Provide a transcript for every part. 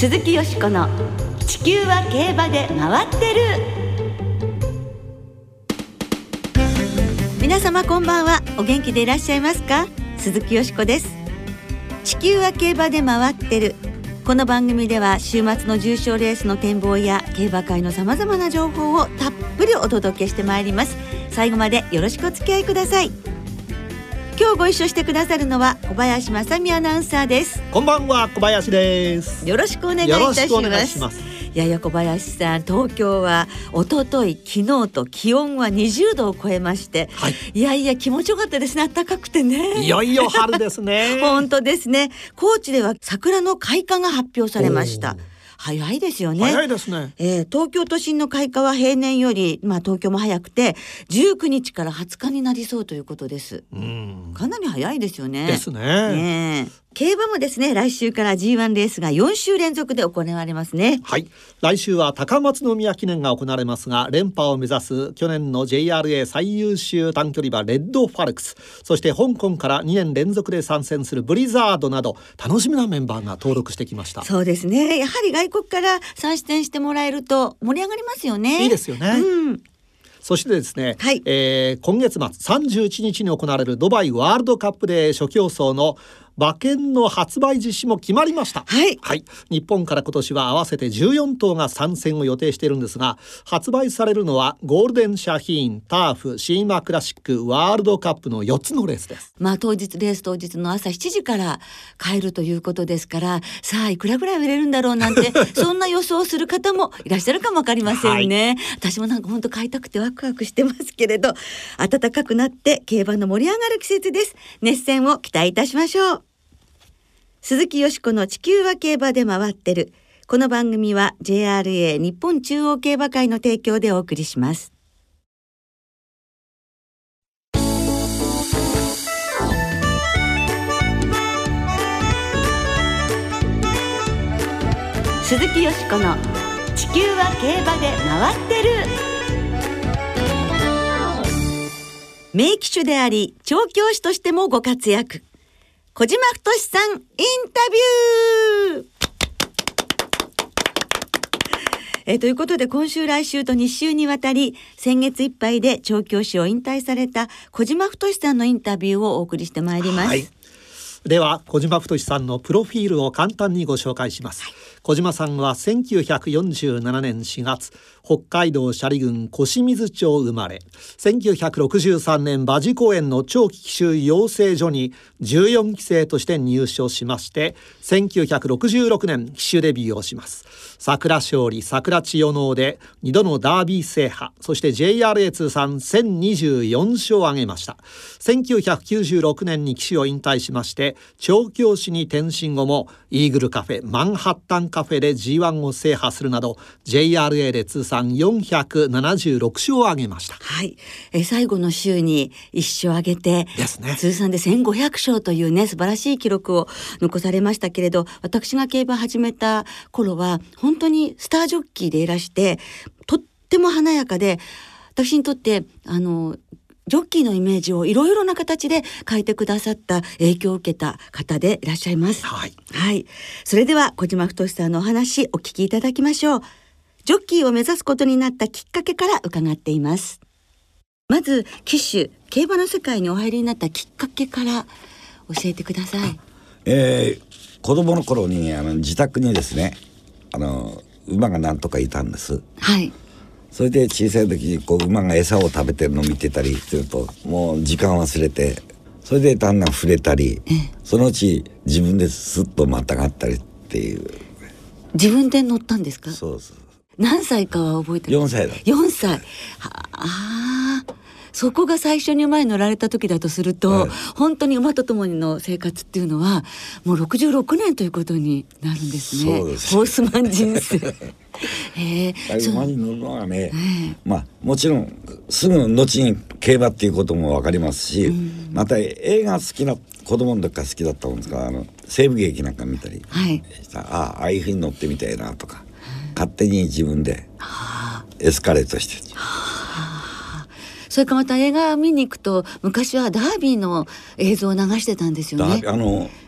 鈴木よしこの地球は競馬で回ってる。皆様こんばんは。お元気でいらっしゃいますか？鈴木よしこです。地球は競馬で回ってる。この番組では週末の重賞レースの展望や競馬界のさまざまな情報をたっぷりお届けしてまいります。最後までよろしくお付き合いください。今日ご一緒してくださるのは小林正美アナウンサーです。 こんばんは、小林です。 よろしくお願いいたします。 よろしくお願いします。 いや小林さん、東京は一昨日昨日と気温は20度を超えまして、 はい、 いや気持ちよかったですね。暖かくてね。 いよいよ春ですね。 本当ですね。高知では桜の開花が発表されました。早いですよね。 早いですね。 東京都心の開花は平年より、東京も早くて19日から20日になりそうということです。かなり早いですよね。 ですね。 競馬もですね、来週から G1 レースが4週連続で行われますね。 はい、来週は高松宮記念が行われますが、連覇を目指す去年の JRA 最優秀短距離馬レッドファルクス、そして香港から2年連続で参戦するブリザードなど楽しみなメンバーが登録してきました。 そうですね。やはり外国から参戦してもらえると盛り上がりますよね。 いいですよね。そしてですね、 はい、 今月末31日に行われるドバイワールドカップで初競争の馬券の発売実施も決まりました。 はい、 日本から今年は合わせて14頭が参戦を予定しているんですが、発売されるのはゴールデンシャヒーン、ターフ、シーマクラシック、ワールドカップの4つのレースです。 レース当日の朝7時から買えるということですから、さあいくらぐらい売れるんだろうなんてそんな予想する方もいらっしゃるかもわかりませんね。私も本当買いたくてワクワクしてますけれど、暖かくなって競馬の盛り上がる季節です。熱戦を期待いたしましょう。鈴木よしこの地球は競馬で回ってる。この番組は JRA 日本中央競馬会の提供でお送りします。鈴木よしこの地球は競馬で回ってる。名騎手であり調教師としてもご活躍、小島太さんインタビュー、ということで今週来週と2週にわたり先月いっぱいで調教師を引退された小島太さんのインタビューをお送りしてまいります。 では小島太さんのプロフィールを簡単にご紹介します。小島さんは1947年4月北海道斜里郡小清水町生まれ、1963年馬事公園の長期騎手養成所に14期生として入所しまして、1966年騎手デビューをします。桜勝利、桜千代能で2度のダービー制覇、そして JRA 通算1024勝を挙げました。1996年に騎手を引退しまして調教師に転身後もイーグルカフェ、マンハッタンカフェで G1 を制覇するなど JRA で通算476勝を挙げました。 最後の週に1勝挙げてですね、 通算で1500勝というね素晴らしい記録を残されましたけれど、私が競馬始めた頃は本当にスタージョッキーでいらしてとっても華やかで、私にとってジョッキーのイメージをいろいろな形で変えてくださった影響を受けた方でいらっしゃいます。それでは小島太さんのお話お聞きいただきましょう。ジョッキーを目指すことになったきっかけから伺っています。まず騎手、競馬の世界にお入りになったきっかけから教えてください。 子供の頃に自宅にですね馬が何とかいたんです。それで小さい時に馬が餌を食べてるのを見てたりするともう時間忘れて、それでだんだん触れたり、そのうち自分でスッとまたがったりっていう。 自分で乗ったんですか？ そうそう。 何歳かは覚えてます？ 4歳だ。 4歳。そこが最初に馬に乗られた時だとすると、本当に馬と共にの生活っていうのはもう66年ということになるんですね。 そうです。 ホースマン人生馬に乗るのはね、もちろんすぐ後に競馬っていうことも分かりますし、また映画好きな子供の時から好きだったもんですから西部劇なんか見たりした、ああいうふうに乗ってみたいなとか、勝手に自分でエスカレートして、 それからまた映画見に行くと昔はダービーの映像を流してたんですよね。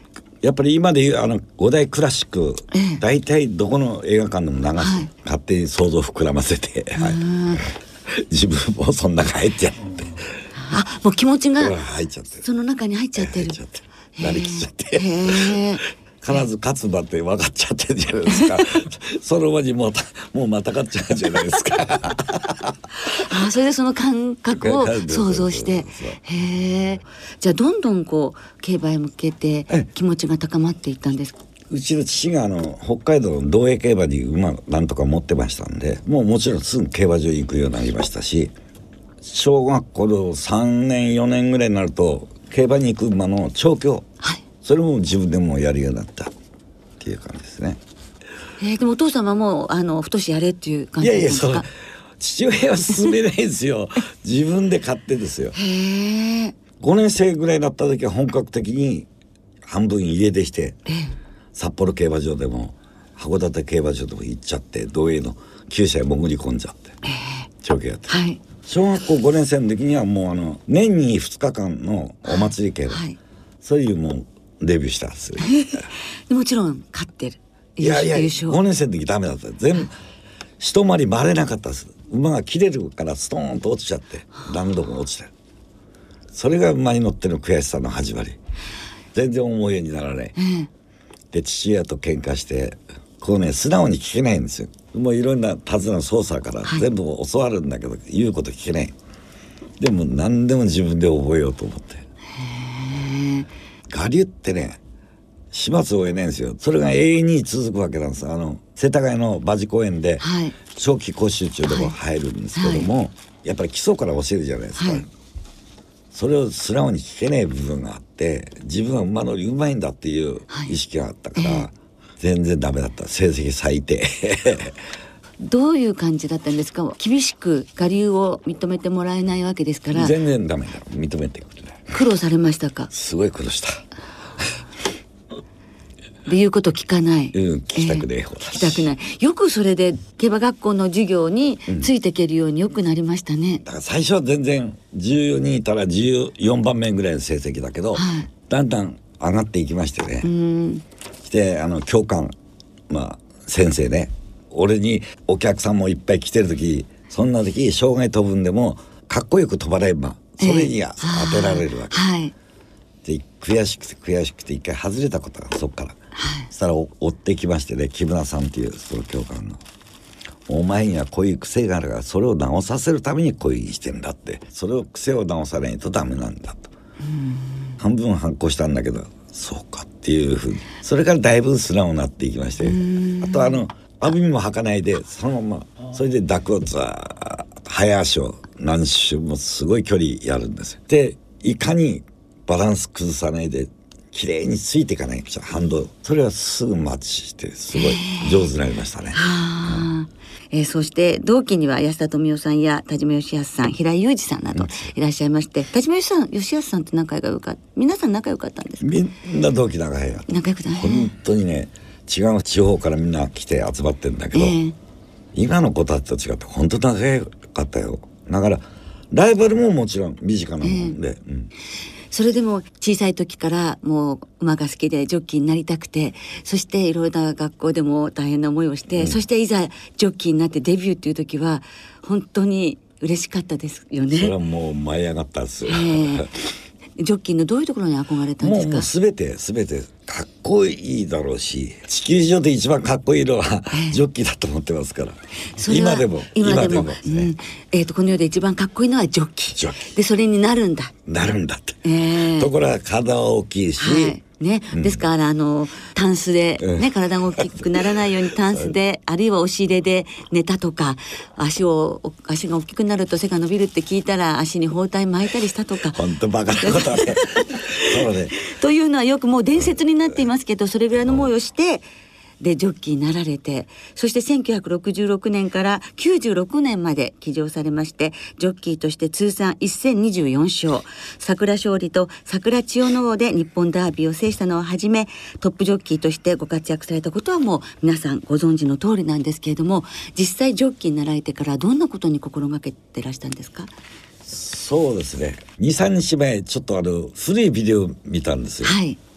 やっぱり今でいう5大クラシック、大体どこの映画館でも流す、 はい、 勝手に想像膨らませて、はい、自分もその中入っちゃって、 もう気持ちが入っちゃって、 その中に入っちゃってる、 なりきっちゃって必ず勝つ場って分かっちゃってるじゃないですかその場にもうまた勝っちゃうじゃないですかそれでその感覚を想像して、じゃあどんどんこう競馬へ向けて気持ちが高まっていったんですか？ うちの父が北海道の道営競馬に馬なんとか持ってましたんで、もちろんすぐ競馬場に行くようになりましたし、小学校の3年4年ぐらいになると競馬に行く馬の調教、それも自分でもやるようになったっていう感じですね。 でもお父様も太しやれっていう感じですか？いやいや、 父親は勧めないですよ自分で買ってですよ。5年生ぐらいになった時は本格的に半分家出して、札幌競馬場でも函館競馬場でも行っちゃって、道営の厩舎へ潜り込んじゃって、調教やって、小学校5年生の時にはもう年に2日間のお祭り競馬、そういうもうデビューしたんですよもちろん勝ってる。 いや5年生の時ダメだった。全部一回り回れなかったです。馬が切れるからストーンと落ちちゃって、何度も落ちて、それが馬に乗っての悔しさの始まり。全然思うようにならない、で父親と喧嘩して、こうね素直に聞けないんですよ。もういろんな手綱操作から全部教わるんだけど、言うこと聞けない。でも何でも自分で覚えようと思って。我流ってね、始末を得ないんですよ。それが永遠に続くわけなんです。世田谷の馬事公園で長期講習中でも入るんですけども、やっぱり基礎から教えるじゃないですか、それを素直に聞けない部分があって、自分は馬乗りうまいんだっていう意識があったから、全然ダメだった。成績最低どういう感じだったんですか？厳しく我流を認めてもらえないわけですから。 全然ダメだ、認めてくれない。 苦労されましたか？ すごい苦労したで、言うこと聞かない、 聞きたくない方だし、 聞きたくない。よくそれで競馬学校の授業についていけるようによくなりましたね。 だから最初は全然14人いたら14番目ぐらいの成績だけど、だんだん上がっていきましてね。で教官、先生ね、俺にお客さんもいっぱい来てる時、そんな時障害飛ぶんでもかっこよく飛ばればそれに当てられるわけ、で悔しくて一回外れたことがそっから、そしたら追ってきましてね、木村さんっていうその教官の、お前にはこういう癖があるから、それを直させるためにこういうにしてんだって、それを癖を直さないとダメなんだと。半分反抗したんだけど、そうかっていうふうに、それからだいぶ素直になっていきまして、あと網も履かないでそのまま、それで濁をずーっと早足を何周もすごい距離やるんですよ。でいかにバランス崩さないで綺麗についていかないと、反動、それはすぐマッチしてすごい上手になりましたね。 そして同期には安田富夫さんや田島義康さん、平井裕二さんなどいらっしゃいまして、田島義康さんって仲良かった？皆さん仲良かったんですか？ みんな同期仲良かった。本当にね、違う地方からみんな来て集まってるんだけど、今の子たちと違って本当仲良かったよ。だからライバルももちろん身近なもんで、 それでも小さい時からもう馬が好きでジョッキーになりたくて、そしていろいろな学校でも大変な思いをして、そしていざジョッキーになってデビューっていう時は本当に嬉しかったですよね。 それはもう舞い上がったんですよ、 ジョッキーのどういうところに憧れたんですか？ もう全てかっこいいだろうし、地球上で一番かっこいいのはジョッキーだと思ってますから、今でも、ね、この世で一番かっこいいのはジョッキーで、それになるんだって、ところが体は大きいし、ですからタンスで、体が大きくならないようにタンスであるいは押し入れで寝たとか、足が大きくなると背が伸びるって聞いたら足に包帯巻いたりしたとか、本当バカなことはねそうねというのはよくもう伝説になっていますけど、それぐらいの思いをしてでジョッキーになられて、そして1966年から96年まで騎乗されまして、ジョッキーとして通算1024勝、桜勝利と桜千代の王で日本ダービーを制したのをはじめ、トップジョッキーとしてご活躍されたことはもう皆さんご存知の通りなんですけれども、実際ジョッキーになられてからどんなことに心がけてらしたんですか？ そうですね、 2,3 日前ちょっと古いビデオ見たんですよ、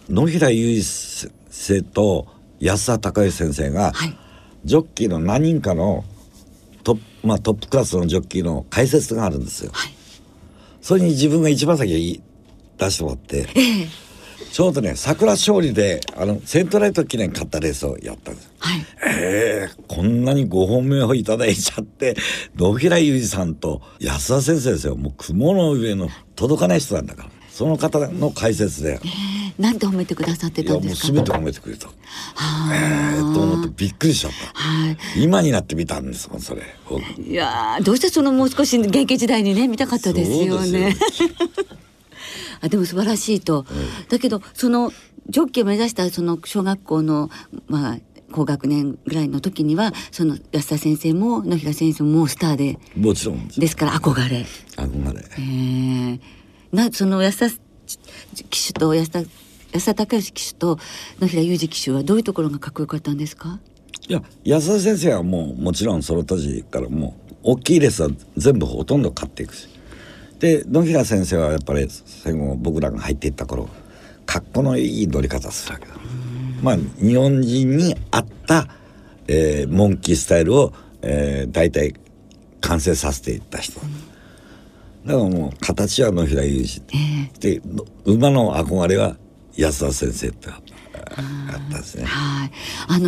野平雄一先生と安田孝之先生が、はい、ジョッキーの何人かのトップクラスのジョッキーの解説があるんですよ、はい、それに自分が一番先出してもらって、ちょうどね桜勝利でセントライト記念勝ったレースをやったんです、はい、こんなに5本目をいただいちゃって野平雄二さんと安田先生ですよ。もう雲の上の届かない人なんだから、その方の解説で、 なんて褒めてくださってたんですか。 いやもう全て褒めてくれた。と思ってびっくりしちゃった、はい、今になって見たんですもんそれ。 いやどうしてもう少し現役時代にね見たかったですよね。でも素晴らしいと、だけどそのジョッキーを目指したその小学校の高学年ぐらいの時にはその安田先生も野平先生ももうスターで、 もちろんですから憧れ。その安田騎手と安田孝之騎手と野平雄二騎手はどういうところがかっこよかったんですか。 いや安田先生はもちろんその当時からもう大きいレースは全部ほとんど勝っていくし、で野平先生はやっぱり戦後僕らが入っていった頃かっこのいい乗り方するわけだ。日本人に合った、モンキースタイルを、大体完成させていった人、だからもう形は野平雄二、で馬の憧れは安田先生ってあったですね。 はい、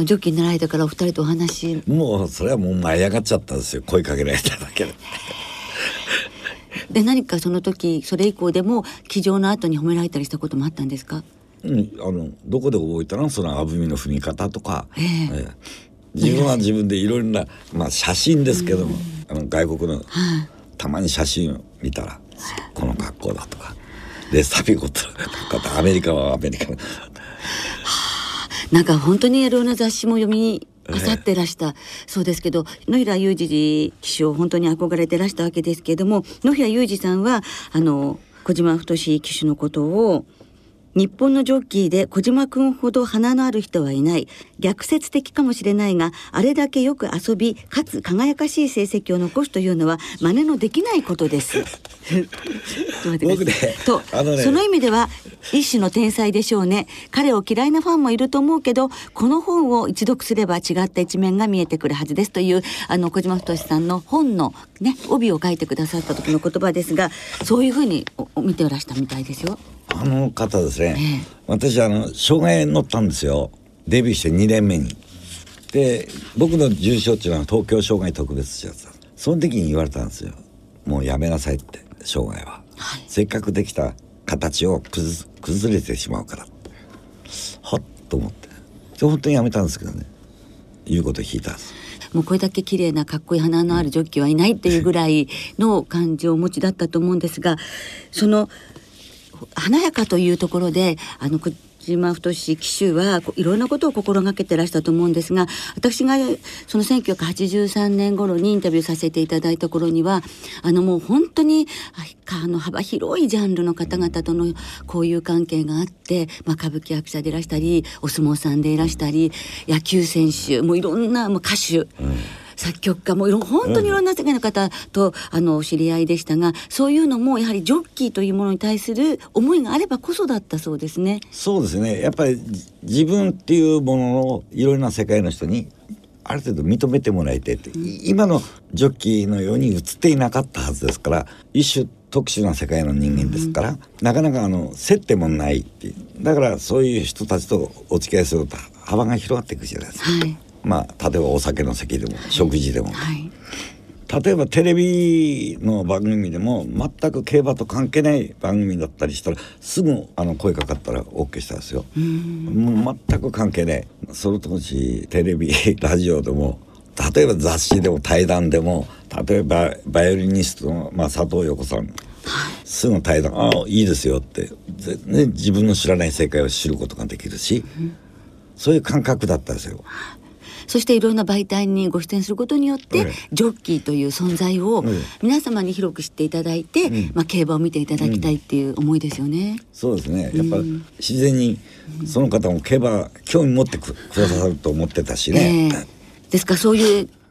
ジョッキーになられたからお二人とお話、 もうそれはもう舞い上がっちゃったんですよ、声かけられただけで。 で何かその時それ以降でも騎乗の後に褒められたりしたこともあったんですか。 どこで覚えたのそのあぶみの踏み方とか、自分は自分でいろいろな、写真ですけども、外国の、たまに写真を見たらこの格好だとかでサビゴとかアメリカはアメリカのなんか本当にいろんな雑誌も読み漁ってらした、そうですけど野平雄二騎手を本当に憧れてらしたわけですけれども、野平雄二さんは小島太騎手のことを日本のジョッキーで小島くんほど花のある人はいない、逆説的かもしれないがあれだけよく遊びかつ輝かしい成績を残すというのは真似のできないことです僕ねと、その意味では一種の天才でしょうね。彼を嫌いなファンもいると思うけどこの本を一読すれば違った一面が見えてくるはずですという小島太さんの本のね帯を書いてくださった時の言葉ですが、そういうふうに見てらしたみたいですよ。 方ですね、私障害に乗ったんですよ、デビューして2年目に。で僕の重賞っていうのは東京障害特別賞だった。その時に言われたんですよ、もうやめなさいって、障害は、せっかくできた形を崩れてしまうからはっと思って、本当にやめたんですけどね、言うこと聞いたんです。 もうこれだけ綺麗なかっこいい花のあるジョッキーはいないっていうぐらいの感じをお持ちだったと思うんですが、その華やかというところで小島太騎手はいろんなことを心がけてらしたと思うんですが、私がその1983年頃にインタビューさせていただいた頃にはもう本当に幅広いジャンルの方々との交友関係があって、歌舞伎役者でいらしたりお相撲さんでいらしたり野球選手もいろんな歌手、作曲家も本当にいろんな世界の方とお知り合いでしたが、そういうのもやはりジョッキーというものに対する思いがあればこそだったそうですね。 そうですね、やっぱり自分っていうものをいろんな世界の人にある程度認めてもらいたいって、今のジョッキーのように映っていなかったはずですから、一種特殊な世界の人間ですから、なかなか接点もないっていう、だからそういう人たちとお付き合いすると幅が広がっていくじゃないですか、例えばお酒の席でも食事でも、例えばテレビの番組でも全く競馬と関係ない番組だったりしたらすぐ声かかったら OK したんですよ。もう全く関係ない。その当時テレビラジオでも例えば雑誌でも対談でも、例えばバイオリニストの、佐藤陽子さん、すぐ対談いいですよって、自分の知らない世界を知ることができるし、そういう感覚だったんですよ。 そしていろんな媒体にご出演することによって、ジョッキーという存在を皆様に広く知っていただいて、競馬を見ていただきたいっていう思いですよね。 そうですね、やっぱ自然にその方も競馬興味持ってくださると思ってたしね、 ですからそういう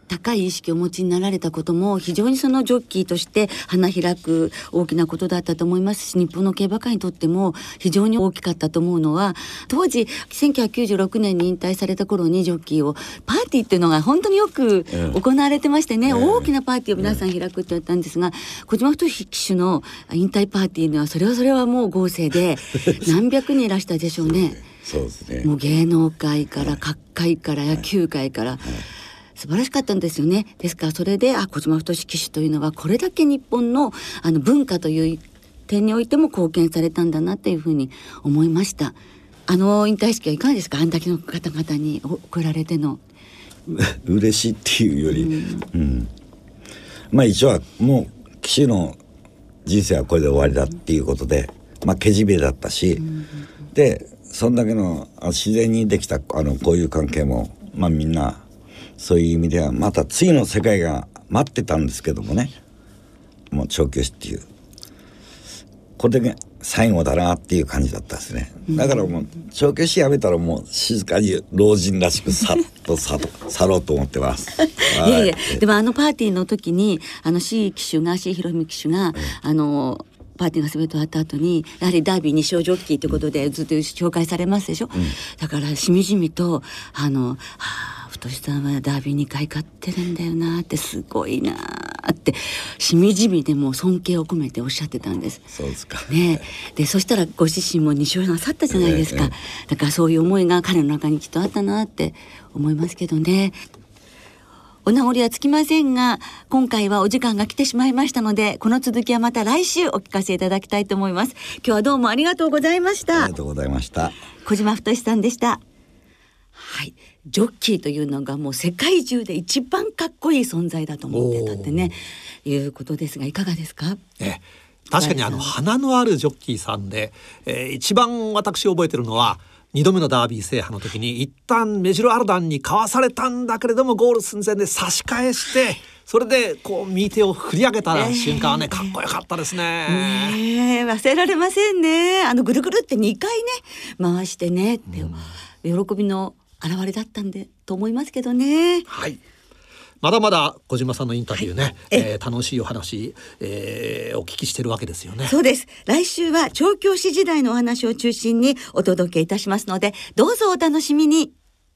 高い意識をお持ちになられたことも非常にそのジョッキーとして花開く大きなことだったと思いますし、日本の競馬界にとっても非常に大きかったと思うのは、当時1996年に引退された頃にジョッキーをパーティーっていうのが本当によく行われてましてね、大きなパーティーを皆さん開くって言ったんですが、小島太騎手の引退パーティーにはそれはもう豪勢で何百人いらしたでしょうね。 そうですね。 もう芸能界から各界から野球界から、素晴らしかったんですよね。ですからそれで小島太騎手というのはこれだけ日本の文化という点においても貢献されたんだなというふうに思いました。引退式はいかがですか？あんだけの方々に送られての嬉しいっていうより、まあ一応はもう騎手の人生はこれで終わりだっていうことで、まあけじめだったし、でそんだけの自然にできたこういう関係も、まあみんなそういう意味ではまた次の世界が待ってたんですけどもね、もう調教師っていうこれで最後だなっていう感じだったですね。だからもう調教師辞めたらもう静かに老人らしくさっと去ろうと思ってます。 いやいや、でもパーティーの時にC 博文騎手がパーティーが全て終わった後にやはりダービー2勝ジョッキーということでずっと紹介されますでしょ、だからしみじみと太さんはダービー2回勝ってるんだよなってすごいなってしみじみでも尊敬を込めておっしゃってたんです。 そうですかね。でそしたらご自身も2勝なさったじゃないですか、だからそういう思いが彼の中にきっとあったなって思いますけどね。お名残はつきませんが今回はお時間が来てしまいましたので、この続きはまた来週お聞かせいただきたいと思います。今日はどうもありがとうございました。 ありがとうございました。 小島太さんでした。はい、ジョッキーというのがもう世界中で一番かっこいい存在だと思ってたってねいうことですが、いかがですか？ 確かに花のあるジョッキーさんで、一番私覚えてるのは2度目のダービー制覇の時に一旦メジロアルダンにかわされたんだけれどもゴール寸前で差し返してそれでこう右手を振り上げた瞬間はね、かっこよかったですね。 忘れられませんね。ぐるぐるって2回ね回してねって、喜びの表れだったんでと思いますけどね。 はい、まだまだ小島さんのインタビューね、楽しいお話、お聞きしてるわけですよね。 そうです。来週は調教師時代のお話を中心にお届けいたしますので、どうぞお楽しみに。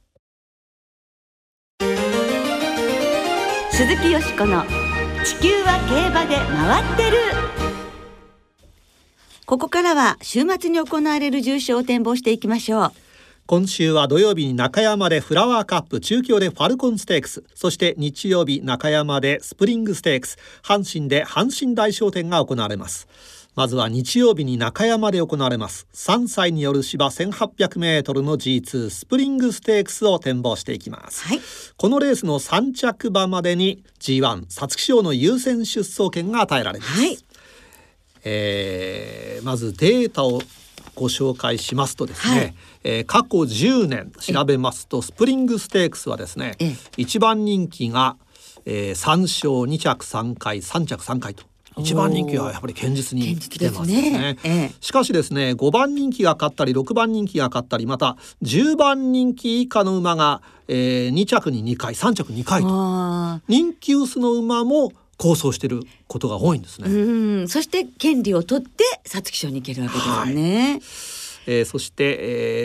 鈴木よしこの地球は競馬で回ってる。ここからは週末に行われる重賞を展望していきましょう。 今週は土曜日に中山でフラワーカップ、中京でファルコンステークス、そして日曜日中山でスプリングステークス、阪神で阪神大賞典が行われます。まずは日曜日に中山で行われます3歳による芝 1800m の G2 スプリングステークスを展望していきます、このレースの3着馬までに G1 皐月賞の優先出走権が与えられます、まずデータをご紹介しますとですね、過去10年調べますとスプリングステークスはですね、1番人気が、3勝2着3回3着3回と1番人気はやっぱり堅実に来てますね。しかしですね、5番人気が勝ったり6番人気が勝ったり、また10番人気以下の馬が、2着に2回3着2回と人気薄の馬も構想していることが多いんですね。 そして権利を取って皐月賞に行けるわけですね。 そして、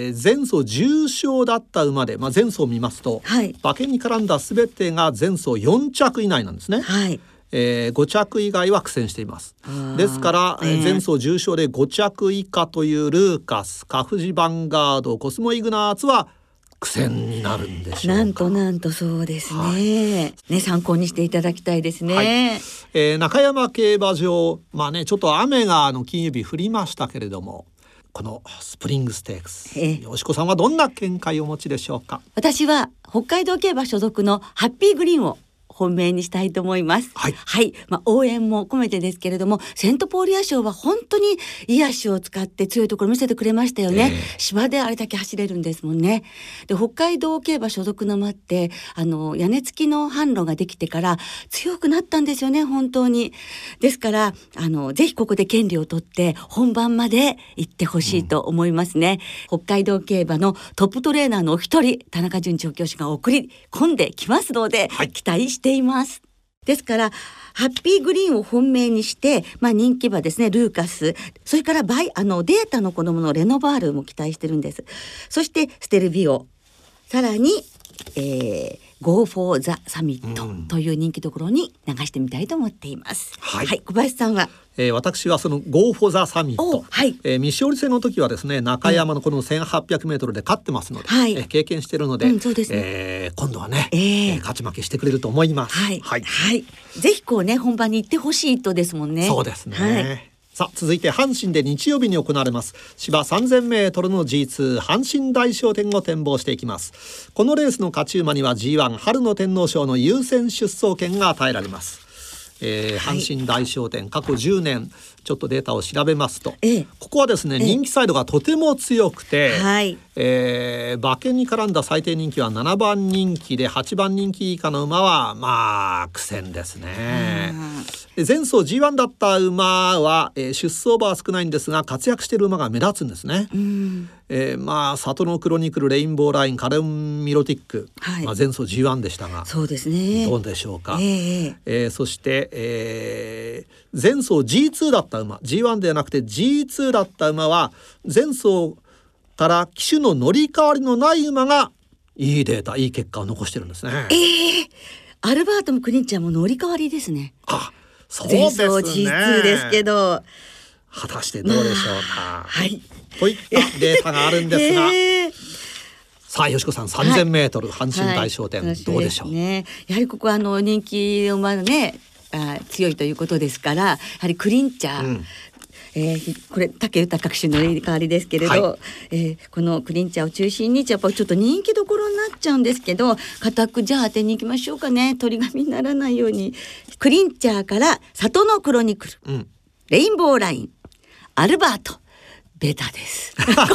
前走重賞だった馬で、前走を見ますと、馬券に絡んだ全てが前走4着以内なんですね。5着以外は苦戦しています。ですから、前走重賞で5着以下というルーカス、カフジヴァンガード、コスモイグナーツは苦戦になるんでしょうか。 なんとそうですね、参考にしていただきたいですね。 中山競馬場、ちょっと雨が金曜日降りましたけれども、このスプリングステークス、よしこさんはどんな見解をお持ちでしょうか。 私は北海道競馬所属のハッピーグリーンを本命にしたいと思います。 はい、 はい、応援も込めてですけれども、セントポーリア賞は本当にいい足を使って強いところ見せてくれましたよね。芝であれだけ走れるんですもんね。で、北海道競馬所属の馬って屋根付きの販路ができてから強くなったんですよね、本当に。ですからぜひここで権利を取って本番まで行ってほしいと思いますね。北海道競馬のトップトレーナーのお一人、田中純調教師が送り込んできますので、期待しています。ですからハッピーグリーンを本命にして、人気馬ですね、ルーカス、それからデータの子供のレノバールも期待してるんです。そしてステルビオ、さらに、Go for the Summit という人気どころに流してみたいと思っています。はい、小林さんは私はその Go for the Summit、未勝利戦の時はですね、中山のこの 1800m で勝ってますので、経験しているので、そうですね、今度はね、勝ち負けしてくれると思います。 ぜひ本番に行ってほしいとですもんね。 そうですね。さあ、続いて阪神で日曜日に行われます芝 3000m の G2 阪神大賞典を展望していきます。このレースの勝ち馬には G1 春の天皇賞の優先出走権が与えられます。阪神大賞典過去10年ちょっとデータを調べますと、ここはですね、人気サイドがとても強くて、馬券に絡んだ最低人気は7番人気で、8番人気以下の馬は苦戦ですね。前走 G1 だった馬は、出走馬は少ないんですが活躍している馬が目立つんですね。里のクロニクル、レインボーライン、カレンミロティック、前走 G1 でしたが、そうですね、どうでしょうか。そして、前走 G2 だった馬、 G1 ではなくて G2 だった馬は前走から騎手の乗り換わりのない馬がいいデータ、いい結果を残してるんですね。 アルバートもクリンチャーも乗り換わりですね。 そうですね。 前走 G2 ですけど果たしてどうでしょうか。といったデータがあるんですが、さあ、よしこさん 3000m、阪神大賞典、どうでしょう。 やはりここは人気の馬ね、強いということですから、やはりクリンチャー、これ武豊騎手の入れ替わりですけれど、このクリンチャーを中心にやっぱりちょっと人気どころになっちゃうんですけど、固くじゃあ当てに行きましょうかね。鳥紙にならないように、クリンチャーから里のクロニクル、レインボーライン、アルバート、ベタです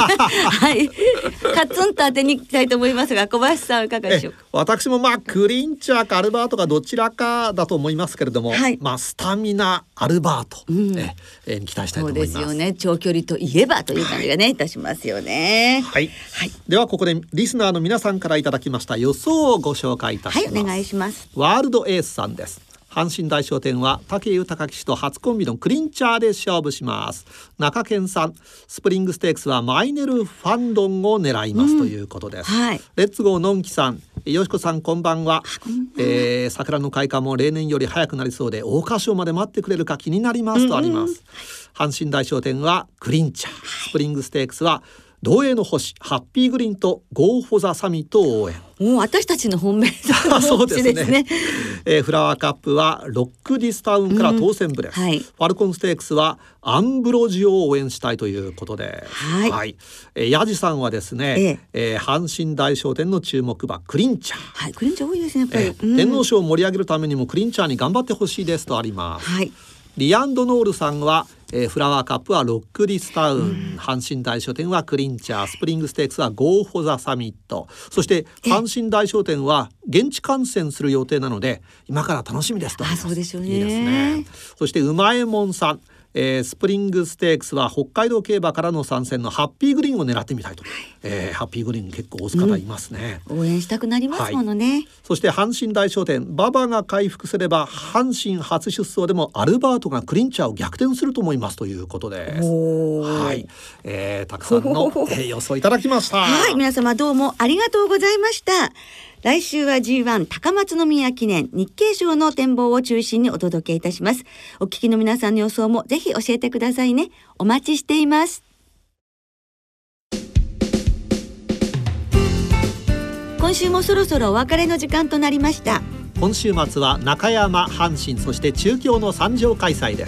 カツンと当てに行きたいと思いますが、小林さんいかがでしょうか。 私もクリンチャーかアルバートかどちらかだと思いますけれども、スタミナアルバート、に期待したいと思います。 そうですよね、長距離といえばという感じがいたしますよね。 ではここでリスナーの皆さんからいただきました予想をご紹介いたします。 お願いします。 ワールドエースさんです。阪神大賞典は武豊騎手と初コンビのクリンチャーで勝負します。中堅さん、スプリングステークスはマイネルファンドンを狙いますということです。レッツゴーのんきさん、よしこさんこんばんは。桜の開花も例年より早くなりそうで桜花賞まで待ってくれるか気になりますとあります。阪神大賞典はクリンチャー、スプリングステークスは同栄の星、ハッピーグリーンと Go for the Summit を応援。 私たちの本命そうですね。フラワーカップはロックディスタウンから当選ブレス、ファルコンステークスはアンブロジオを応援したいということで、ヤジさんはですね、阪神大賞典の注目馬クリンチャー、 クリンチャー多いですね、やっぱり、 天皇賞を盛り上げるためにもクリンチャーに頑張ってほしいですとあります。リアンドノールさんは、フラワーカップはロックディスタウン、阪神大賞典はクリンチャー、スプリングステークスは Go for the Summit、そして阪神大賞典は現地観戦する予定なので今から楽しみですと。 そうですよね。 いいですね。そしてうまえもんさん、スプリングステークスは北海道競馬からの参戦のハッピーグリーンを狙ってみたいと、ハッピーグリーン結構押す方いますね、 応援したくなりますものね。 そして阪神大賞典、馬場が回復すれば阪神初出走でもアルバートがクリンチャーを逆転すると思いますということです。たくさんの、予想いただきました。 皆様どうもありがとうございました。来週は G1 高松宮記念日経賞の展望を中心にお届けいたします。お聞きの皆さんの予想もぜひ教えてくださいね。お待ちしています。今週もそろそろお別れの時間となりました。 今週末は中山、阪神、そして中京の3場開催です。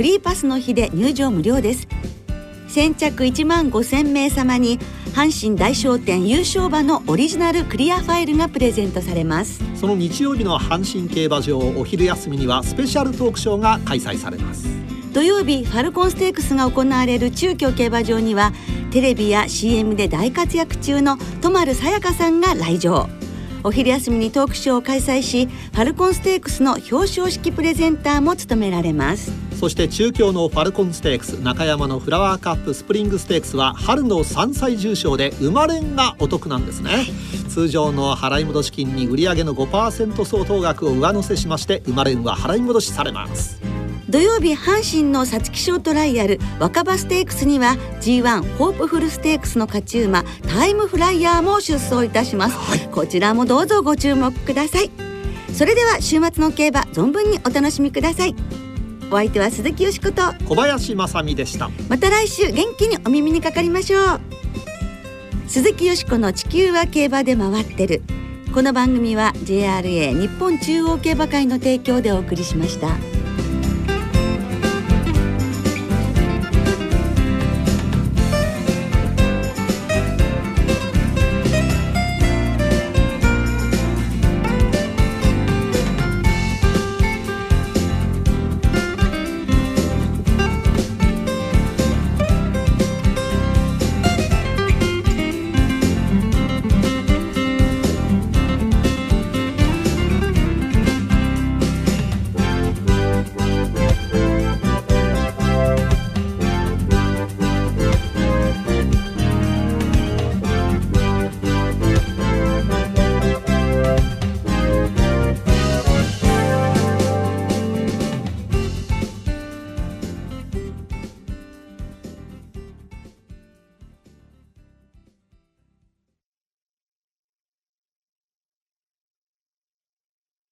日曜日、阪神競馬場はフリーパスの日で入場無料です。 先着15,000名様に阪神大賞典優勝馬のオリジナルクリアファイルがプレゼントされます。 その日曜日の阪神競馬場お昼休みにはスペシャルトークショーが開催されます。 土曜日ファルコンステークスが行われる中京競馬場にはテレビや CM で大活躍中の都丸さやかさんが来場。お昼休みにトークショーを開催し、ファルコンステークスの表彰式プレゼンターも務められます。 そして中京のファルコンステークス、中山のフラワーカップスプリングステークスは春の3歳重賞で生まれんがお得なんですね。通常の払い戻し金に売上の 5% 相当額を上乗せしまして生まれんは払い戻しされます。 土曜日阪神の皐月賞トライアル若葉ステークスには G1 ホープフルステークスの勝ち馬タイムフライヤーも出走いたします、こちらもどうぞご注目ください。それでは週末の競馬存分にお楽しみください。お相手は鈴木よしこと小林正美でした。 また来週元気にお耳にかかりましょう。鈴木よしこの地球は競馬で回ってる。この番組は JRA 日本中央競馬会の提供でお送りしました。